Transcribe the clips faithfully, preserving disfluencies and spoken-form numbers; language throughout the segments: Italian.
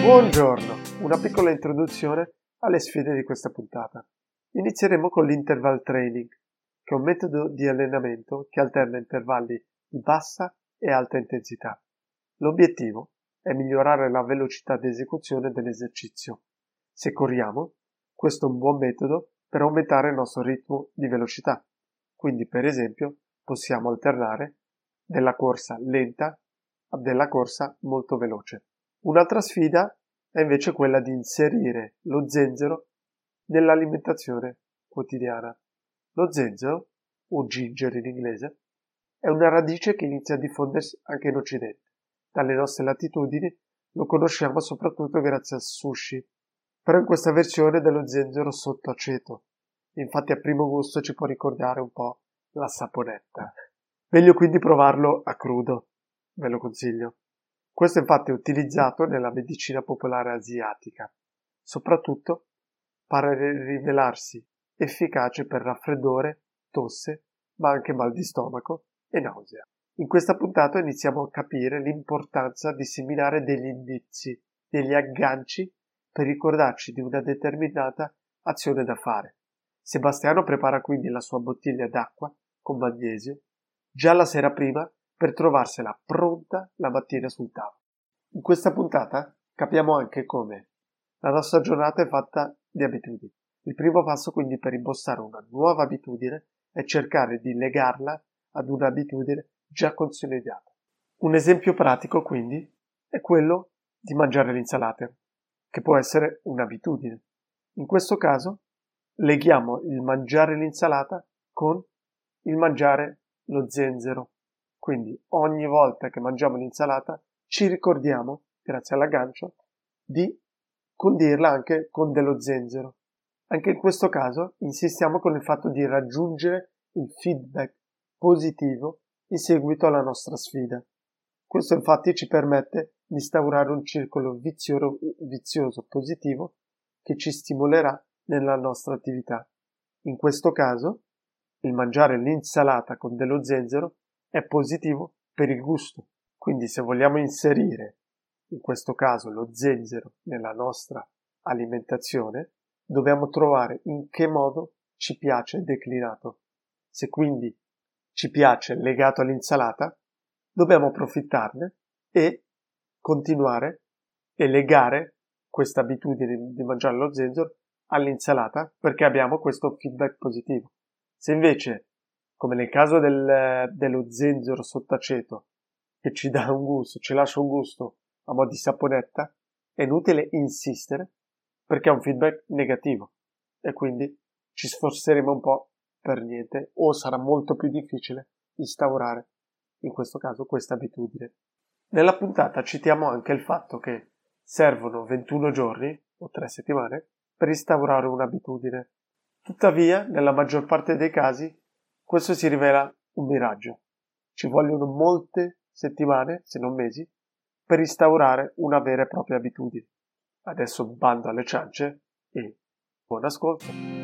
Buongiorno, una piccola introduzione alle sfide di questa puntata. Inizieremo con l'interval training, che è un metodo di allenamento che alterna intervalli di bassa e alta intensità. L'obiettivo è migliorare la velocità di esecuzione dell'esercizio. Se corriamo, questo è un buon metodo per aumentare il nostro ritmo di velocità. Quindi, per esempio, possiamo alternare della corsa lenta a della corsa molto veloce. Un'altra sfida è invece quella di inserire lo zenzero nell'alimentazione quotidiana. Lo zenzero, o ginger in inglese, è una radice che inizia a diffondersi anche in Occidente. Dalle nostre latitudini lo conosciamo soprattutto grazie al sushi, però in questa versione dello zenzero sotto aceto. Infatti a primo gusto ci può ricordare un po' la saponetta. Meglio quindi provarlo a crudo, ve lo consiglio. Questo infatti è utilizzato nella medicina popolare asiatica, soprattutto pare rivelarsi efficace per raffreddore, tosse, ma anche mal di stomaco e nausea. In questa puntata iniziamo a capire l'importanza di seminare degli indizi, degli agganci per ricordarci di una determinata azione da fare. Sebastiano prepara quindi la sua bottiglia d'acqua con magnesio già la sera prima per trovarsela pronta la mattina sul tavolo. In questa puntata capiamo anche come la nostra giornata è fatta di abitudini. Il primo passo quindi per impostare una nuova abitudine è cercare di legarla ad un'abitudine già consolidata. Un esempio pratico quindi è quello di mangiare le insalate, che può essere un'abitudine. In questo caso leghiamo il mangiare l'insalata con il mangiare lo zenzero. Quindi ogni volta che mangiamo l'insalata ci ricordiamo, grazie all'aggancio, di condirla anche con dello zenzero. Anche in questo caso insistiamo con il fatto di raggiungere il feedback positivo in seguito alla nostra sfida. Questo infatti ci permette di instaurare un circolo vizioso, vizioso positivo che ci stimolerà nella nostra attività. In questo caso, il mangiare l'insalata con dello zenzero è positivo per il gusto. Quindi se vogliamo inserire, in questo caso, lo zenzero nella nostra alimentazione, dobbiamo trovare in che modo ci piace declinato. Se quindi ci piace legato all'insalata, dobbiamo approfittarne e continuare e legare questa abitudine di mangiare lo zenzero all'insalata perché abbiamo questo feedback positivo. Se invece, come nel caso del, dello zenzero sott'aceto, che ci dà un gusto, ci lascia un gusto a mo' di saponetta, è inutile insistere perché è un feedback negativo e quindi ci sforzeremo un po' per niente o sarà molto più difficile instaurare in questo caso questa abitudine. Nella puntata citiamo anche il fatto che servono ventuno giorni o tre settimane per instaurare un'abitudine. Tuttavia, nella maggior parte dei casi, questo si rivela un miraggio. Ci vogliono molte settimane, se non mesi, per instaurare una vera e propria abitudine. Adesso bando alle ciance e buon ascolto.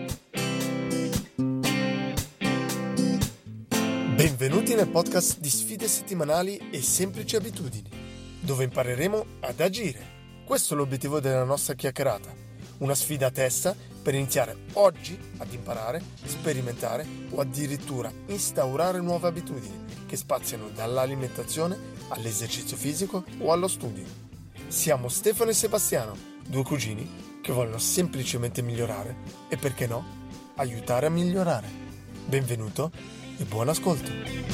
Benvenuti nel podcast di sfide settimanali e semplici abitudini, dove impareremo ad agire. Questo è l'obiettivo della nostra chiacchierata, una sfida a testa per iniziare oggi ad imparare, sperimentare o addirittura instaurare nuove abitudini che spaziano dall'alimentazione all'esercizio fisico o allo studio. Siamo Stefano e Sebastiano, due cugini che vogliono semplicemente migliorare e, perché no, aiutare a migliorare. Benvenuto e buon ascolto.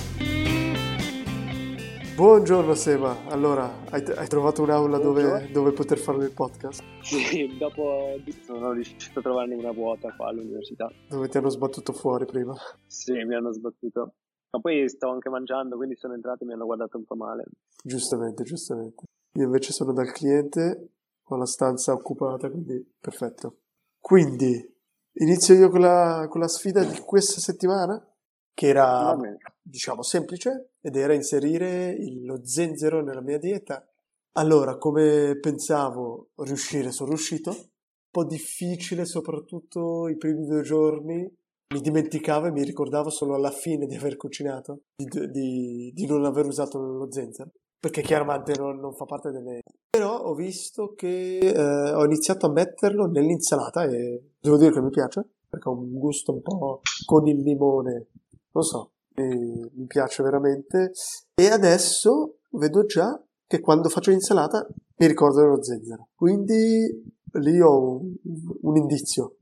Buongiorno Seba, allora hai, hai trovato un'aula dove, dove poter fare il podcast? Sì, dopo sono riuscito a trovarne una vuota qua all'università. Dove ti hanno sbattuto fuori prima? Sì, mi hanno sbattuto. Ma poi stavo anche mangiando, quindi sono entrati e mi hanno guardato un po' male. Giustamente, giustamente. Io invece sono dal cliente, ho la stanza occupata, quindi perfetto. Quindi, inizio io con la, con la sfida di questa settimana, che era, diciamo, semplice, ed era inserire il- lo zenzero nella mia dieta. Allora, come pensavo riuscire, sono riuscito. Un po' difficile, soprattutto i primi due giorni. Mi dimenticavo e mi ricordavo solo alla fine di aver cucinato, di, di- di non aver usato lo zenzero. perché chiaramente non, non fa parte delle... Però ho visto che eh, ho iniziato a metterlo nell'insalata e devo dire che mi piace, perché ha un gusto un po' con il limone, non so, e mi piace veramente. E adesso vedo già che quando faccio l'insalata mi ricordo dello zenzero. Quindi lì ho un, un indizio.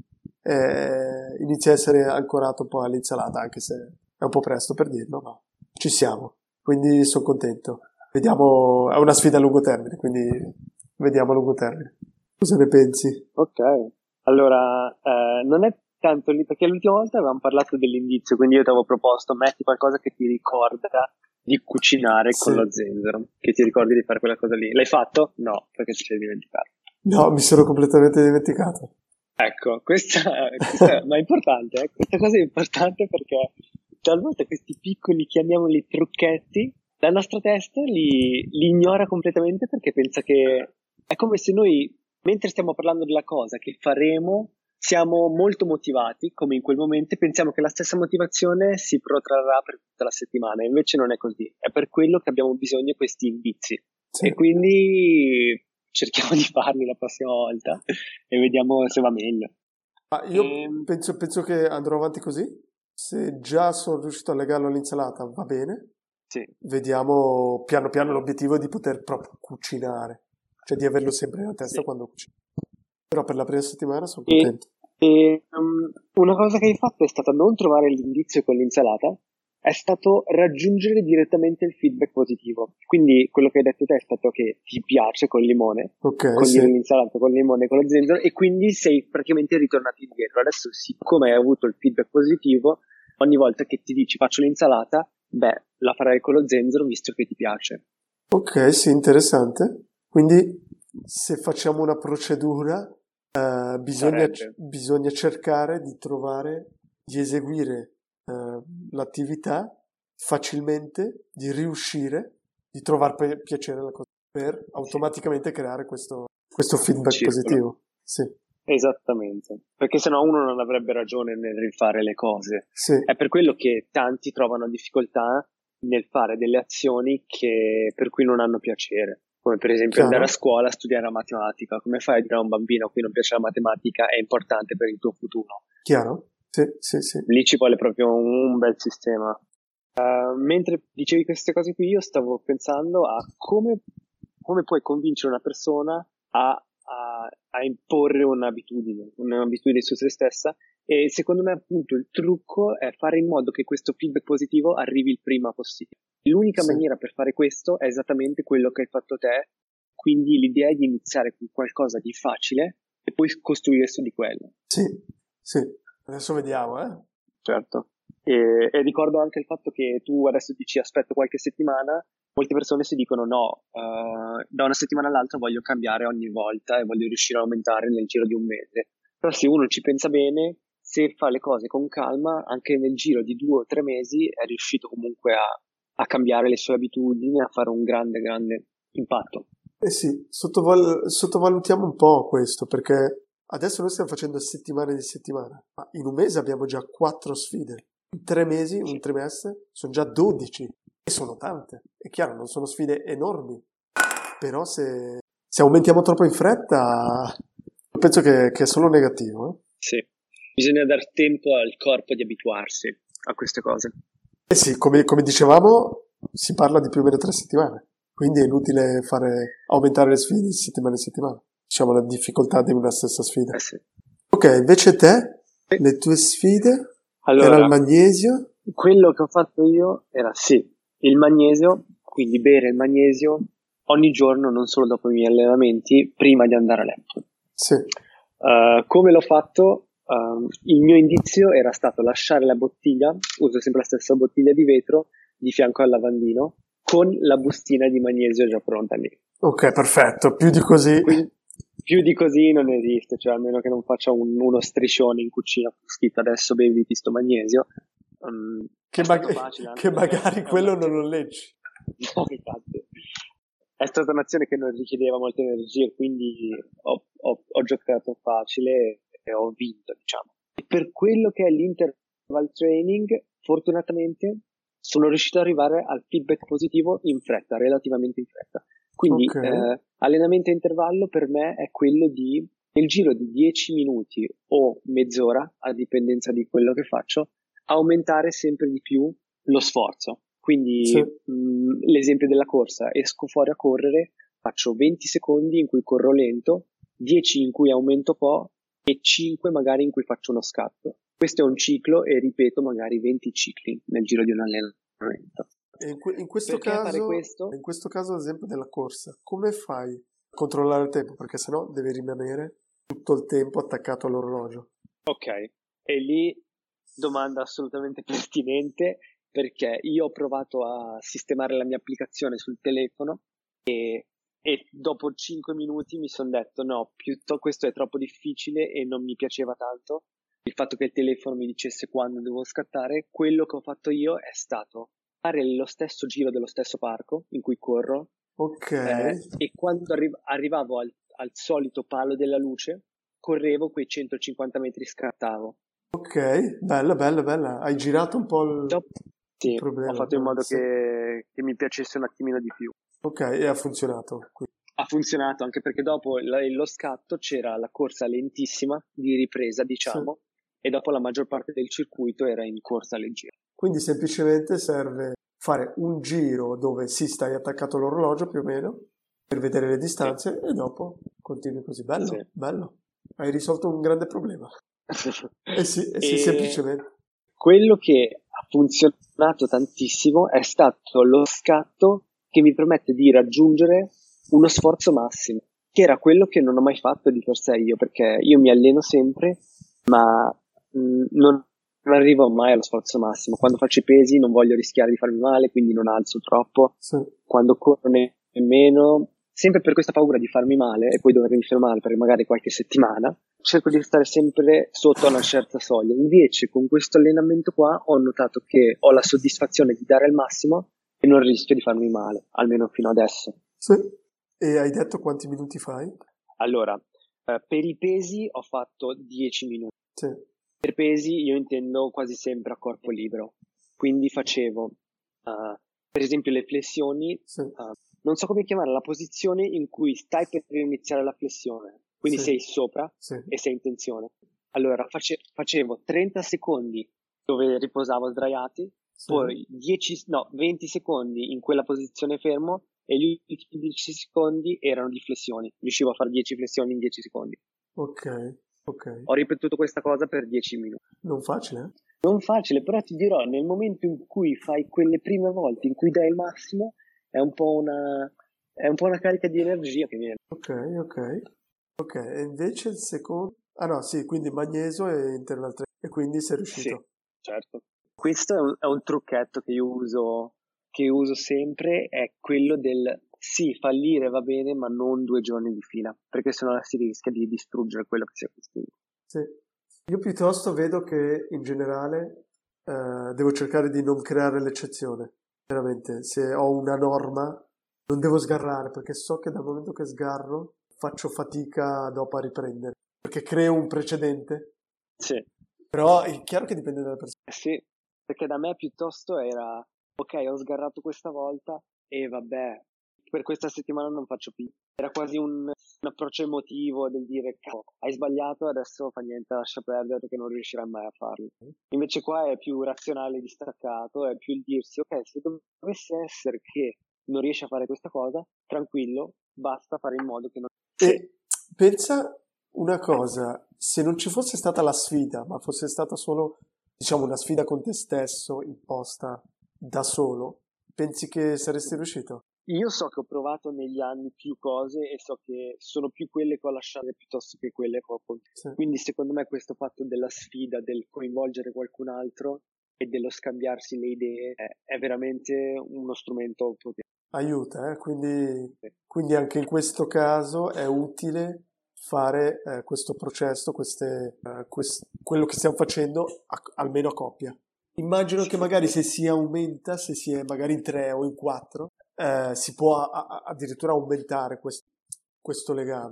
Eh, inizia a essere ancorato un po' all'insalata, anche se è un po' presto per dirlo, ma ci siamo. Quindi sono contento. Vediamo, è una sfida a lungo termine, quindi vediamo a lungo termine. Cosa ne pensi? Ok, allora eh, non è tanto lì, perché l'ultima volta avevamo parlato dell'indizio, quindi io ti avevo proposto metti qualcosa che ti ricorda di cucinare Sì. con lo zenzero, che ti ricordi di fare quella cosa lì. L'hai fatto? No, perché ti sei dimenticato. No, mi sono completamente dimenticato. Ecco, questa, questa ma è importante, eh? Questa cosa è importante perché talvolta questi piccoli, chiamiamoli trucchetti, la nostra testa li, li ignora completamente perché pensa che è come se noi, mentre stiamo parlando della cosa che faremo, siamo molto motivati, come in quel momento, e pensiamo che la stessa motivazione si protrarrà per tutta la settimana, invece non è così, è per quello che abbiamo bisogno di questi indizi. Sì. E quindi cerchiamo di farli la prossima volta e vediamo se va meglio. Ah, io Ehm, penso, penso che andrò avanti così. Se già sono riuscito a legarlo all'insalata, va bene. sì. Vediamo piano piano l'obiettivo è di poter proprio cucinare, cioè di averlo sempre nella testa Sì. quando cucino. Però per la prima settimana sono E, contento. e, um, una cosa che hai fatto è stata non trovare l'indizio con l'insalata, è stato raggiungere direttamente il feedback positivo. Quindi quello che hai detto te è stato che ti piace col limone, Ok, condire sì. l'insalata con il limone e con lo zenzero, e quindi sei praticamente ritornato indietro. Adesso, siccome hai avuto il feedback positivo, ogni volta che ti dici faccio l'insalata, beh, la farai con lo zenzero visto che ti piace. Ok, sì, interessante. Quindi se facciamo una procedura, eh, bisogna, Sarebbe. bisogna cercare di trovare, di eseguire eh, l'attività facilmente, di riuscire, di trovare pi- piacere alla cosa, per automaticamente creare questo, questo feedback Circolo. positivo. Sì, Esattamente, perché sennò uno non avrebbe ragione nel rifare le cose. sì, È per quello che tanti trovano difficoltà nel fare delle azioni che, per cui non hanno piacere, come per esempio andare a chiaro, scuola a studiare la matematica. Come fai a dire a un bambino a cui non piace la matematica è importante per il tuo futuro? chiaro, sì, sì, sì, Lì ci vuole proprio un, un bel sistema. Uh, mentre dicevi queste cose qui, io stavo pensando a come, come puoi convincere una persona a, a, a imporre un'abitudine, un'abitudine su se stessa, e secondo me appunto il trucco è fare in modo che questo feedback positivo arrivi il prima possibile. L'unica sì, maniera per fare questo è esattamente quello che hai fatto te, quindi l'idea è di iniziare con qualcosa di facile e poi costruire su di quello. sì, sì. Adesso vediamo, eh. Certo. E, e ricordo anche il fatto che tu adesso dici aspetto qualche settimana, molte persone si dicono no, uh, da una settimana all'altra voglio cambiare ogni volta e voglio riuscire a aumentare nel giro di un mese. Però se uno ci pensa bene, se fa le cose con calma, anche nel giro di due o tre mesi è riuscito comunque a, a cambiare le sue abitudini, a fare un grande, grande impatto. Eh sì, sottoval- sottovalutiamo un po' questo, perché adesso noi stiamo facendo settimane di settimana, ma in un mese abbiamo già quattro sfide. In tre mesi, un Sì. trimestre, sono già dodici. E sono tante. È chiaro, non sono sfide enormi. Però se, se aumentiamo troppo in fretta, penso che, che è solo negativo. Eh? Sì. Bisogna dar tempo al corpo di abituarsi a queste cose. Eh sì, come, come dicevamo, si parla di più o meno tre settimane. Quindi è inutile fare, aumentare le sfide di settimana in settimana. Diciamo la difficoltà di una stessa sfida. Eh sì. Ok, invece te, le tue sfide Allora, era il magnesio? quello che ho fatto io era sì, il magnesio, quindi bere il magnesio ogni giorno, non solo dopo i miei allenamenti, prima di andare a letto. Sì, Uh, come l'ho fatto? Uh, il mio indizio era stato lasciare la bottiglia, uso sempre la stessa bottiglia di vetro, di fianco al lavandino, con la bustina di magnesio già pronta lì. ok, perfetto, più di così. Quindi più di così non esiste, cioè almeno che non faccia un, uno striscione in cucina con scritto adesso beviti sto magnesio. Um, Che, è stato mag- facile anche che perché magari è quello una- non lo leggi. No, infatti. È stata un'azione che non richiedeva molte energie, quindi ho, ho, ho giocato facile e ho vinto, diciamo. E per quello che è l'interval training, fortunatamente sono riuscito ad arrivare al feedback positivo in fretta, relativamente in fretta. Quindi Ok. eh, allenamento a intervallo per me è quello di, nel giro di dieci minuti o mezz'ora, a dipendenza di quello che faccio, aumentare sempre di più lo sforzo. Quindi Sì. mh, l'esempio della corsa, esco fuori a correre, faccio venti secondi in cui corro lento, dieci in cui aumento po' e cinque magari in cui faccio uno scatto. Questo è un ciclo e ripeto magari venti cicli nel giro di un allenamento. E in, que- in questo Perché fare caso, questo? in questo caso, ad esempio, della corsa, come fai a controllare il tempo? Perché sennò devi rimanere tutto il tempo attaccato all'orologio. Ok, e lì domanda assolutamente pertinente, perché io ho provato a sistemare la mia applicazione sul telefono e, e dopo cinque minuti mi sono detto no, piuttosto questo è troppo difficile e non mi piaceva tanto il fatto che il telefono mi dicesse quando devo scattare. Quello che ho fatto io è stato fare lo stesso giro dello stesso parco in cui corro, Ok, eh, e quando arri- arrivavo al, al solito palo della luce correvo quei centocinquanta metri, scattavo. ok, bella, bella, bella. Hai girato un po' il, Dopo, il sì, ho problema. fatto in modo Sì. che, che mi piacesse un attimino di più. Ok, e ha funzionato. Quindi. Ha funzionato anche perché dopo la- lo scatto c'era la corsa lentissima di ripresa, Sì. diciamo, e dopo la maggior parte del circuito era in corsa leggera. Quindi semplicemente serve fare un giro dove si stai attaccato all'orologio più o meno per vedere le Sì, distanze e dopo continui così. Bello, sì. bello. Hai risolto un grande problema. Eh sì, eh sì, E semplicemente. quello che ha funzionato tantissimo è stato lo scatto che mi permette di raggiungere uno sforzo massimo, che era quello che non ho mai fatto di per sé io, perché io mi alleno sempre, ma mh, non arrivo mai allo sforzo massimo. Quando faccio i pesi non voglio rischiare di farmi male, quindi non alzo troppo. Sì. Quando corro nemmeno, sempre per questa paura di farmi male e poi dovermi fermare per magari qualche settimana, cerco di stare sempre sotto a una certa soglia. Invece con questo allenamento qua ho notato che ho la soddisfazione di dare il massimo e non rischio di farmi male, almeno fino adesso. Sì. E hai detto quanti minuti fai? Allora, eh, per i pesi ho fatto dieci minuti. Sì. Per pesi io intendo quasi sempre a corpo libero, quindi facevo uh, per esempio le flessioni, Sì. uh, non so come chiamare la posizione in cui stai per iniziare la flessione, quindi Sì. sei sopra Sì. e sei in tensione. Allora face- facevo trenta secondi dove riposavo sdraiati, Sì. poi dieci, no, venti secondi in quella posizione fermo e gli ultimi dieci secondi erano di flessioni. Riuscivo a fare dieci flessioni in dieci secondi. Ok, ok. Ho ripetuto questa cosa per dieci minuti. Non facile, eh? Non facile, però ti dirò, nel momento in cui fai quelle prime volte in cui dai il massimo, è un po' una, è un po' una carica di energia che viene. Ok, ok. Ok, e invece il secondo... Ah no, sì, quindi magnesio e interval training. E quindi sei Sì, riuscito. certo. Questo è un, è un trucchetto che io uso, che uso sempre, è quello del sì, fallire va bene, ma non due giorni di fila, perché sennò si rischia di distruggere quello che si è costruito. Sì. Io piuttosto vedo che in generale eh, devo cercare di non creare l'eccezione. Veramente, se ho una norma non devo sgarrare, perché so che dal momento che sgarro faccio fatica dopo a riprendere, perché creo un precedente. Sì. Però è chiaro che dipende dalla persona. Sì, perché da me piuttosto era, ok, ho sgarrato questa volta e vabbè, per questa settimana non faccio più. Era quasi un, un approccio emotivo del dire, cavolo, hai sbagliato, adesso fa niente, lascia perdere perché non riuscirai mai a farlo. Invece qua è più razionale, distaccato, è più il dirsi, ok, se dovesse essere che non riesci a fare questa cosa, tranquillo, basta fare in modo che non... Sì, E pensa una cosa, se non ci fosse stata la sfida, ma fosse stata solo, diciamo, una sfida con te stesso imposta da solo, pensi che saresti riuscito? io so che ho provato negli anni più cose e so che sono più quelle che ho lasciato piuttosto che quelle che ho continuato. Sì. Quindi secondo me questo fatto della sfida, del coinvolgere qualcun altro e dello scambiarsi le idee è, è veramente uno strumento potente. Aiuta, eh? Quindi, quindi anche in questo caso è utile fare eh, questo processo, queste, eh, quest- quello che stiamo facendo a- almeno a coppia. Immagino che magari se si aumenta, se si è magari in tre o in quattro, eh, si può a- a- addirittura aumentare quest- questo legame.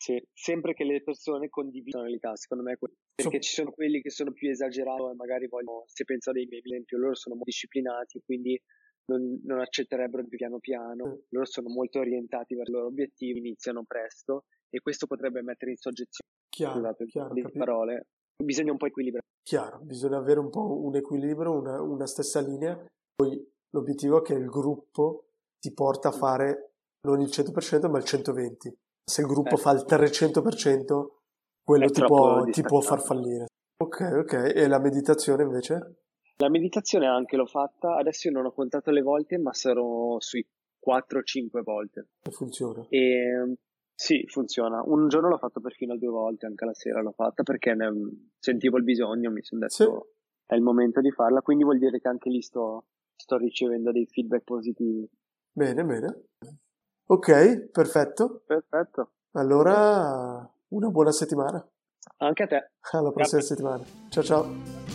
Sì, sempre che le persone condividano le tasche, secondo me, perché ci sono quelli che sono più esagerati e magari vogliono, se penso a dei miei esempio, loro sono molto disciplinati, quindi non, non accetterebbero più piano piano, loro sono molto orientati verso i loro obiettivi, iniziano presto e questo potrebbe mettere in soggezione, chiaro, scusate, chiaro, le parole, bisogna un po' equilibrare. Chiaro, bisogna avere un po' un equilibrio, una, una stessa linea, poi l'obiettivo è che il gruppo ti porta a fare non il cento per cento ma il centoventi. Se il gruppo eh. fa il trecento per cento, quello ti può, ti può far fallire. Ok, ok. E la meditazione invece? La meditazione anche l'ho fatta, adesso io non ho contato le volte, ma sarò sui quattro cinque volte. E funziona? E, sì, funziona. Un giorno l'ho fatto perfino due volte, anche la sera l'ho fatta, perché ne sentivo il bisogno, mi sono detto sì. È il momento di farla, quindi vuol dire che anche lì sto, sto ricevendo dei feedback positivi. Bene, bene. Ok, perfetto. Perfetto. Allora, una buona settimana. Anche a te. Alla prossima Grazie. settimana. Ciao ciao.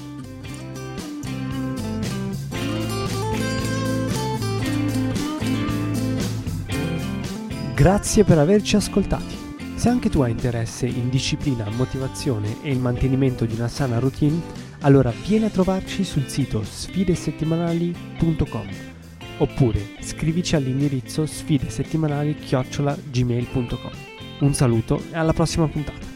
Grazie per averci ascoltati. Se anche tu hai interesse in disciplina, motivazione e il mantenimento di una sana routine, allora vieni a trovarci sul sito sfide settimanali punto com. Oppure scrivici all'indirizzo sfidesettimanali chiocciola gmail punto com. Un saluto e alla prossima puntata.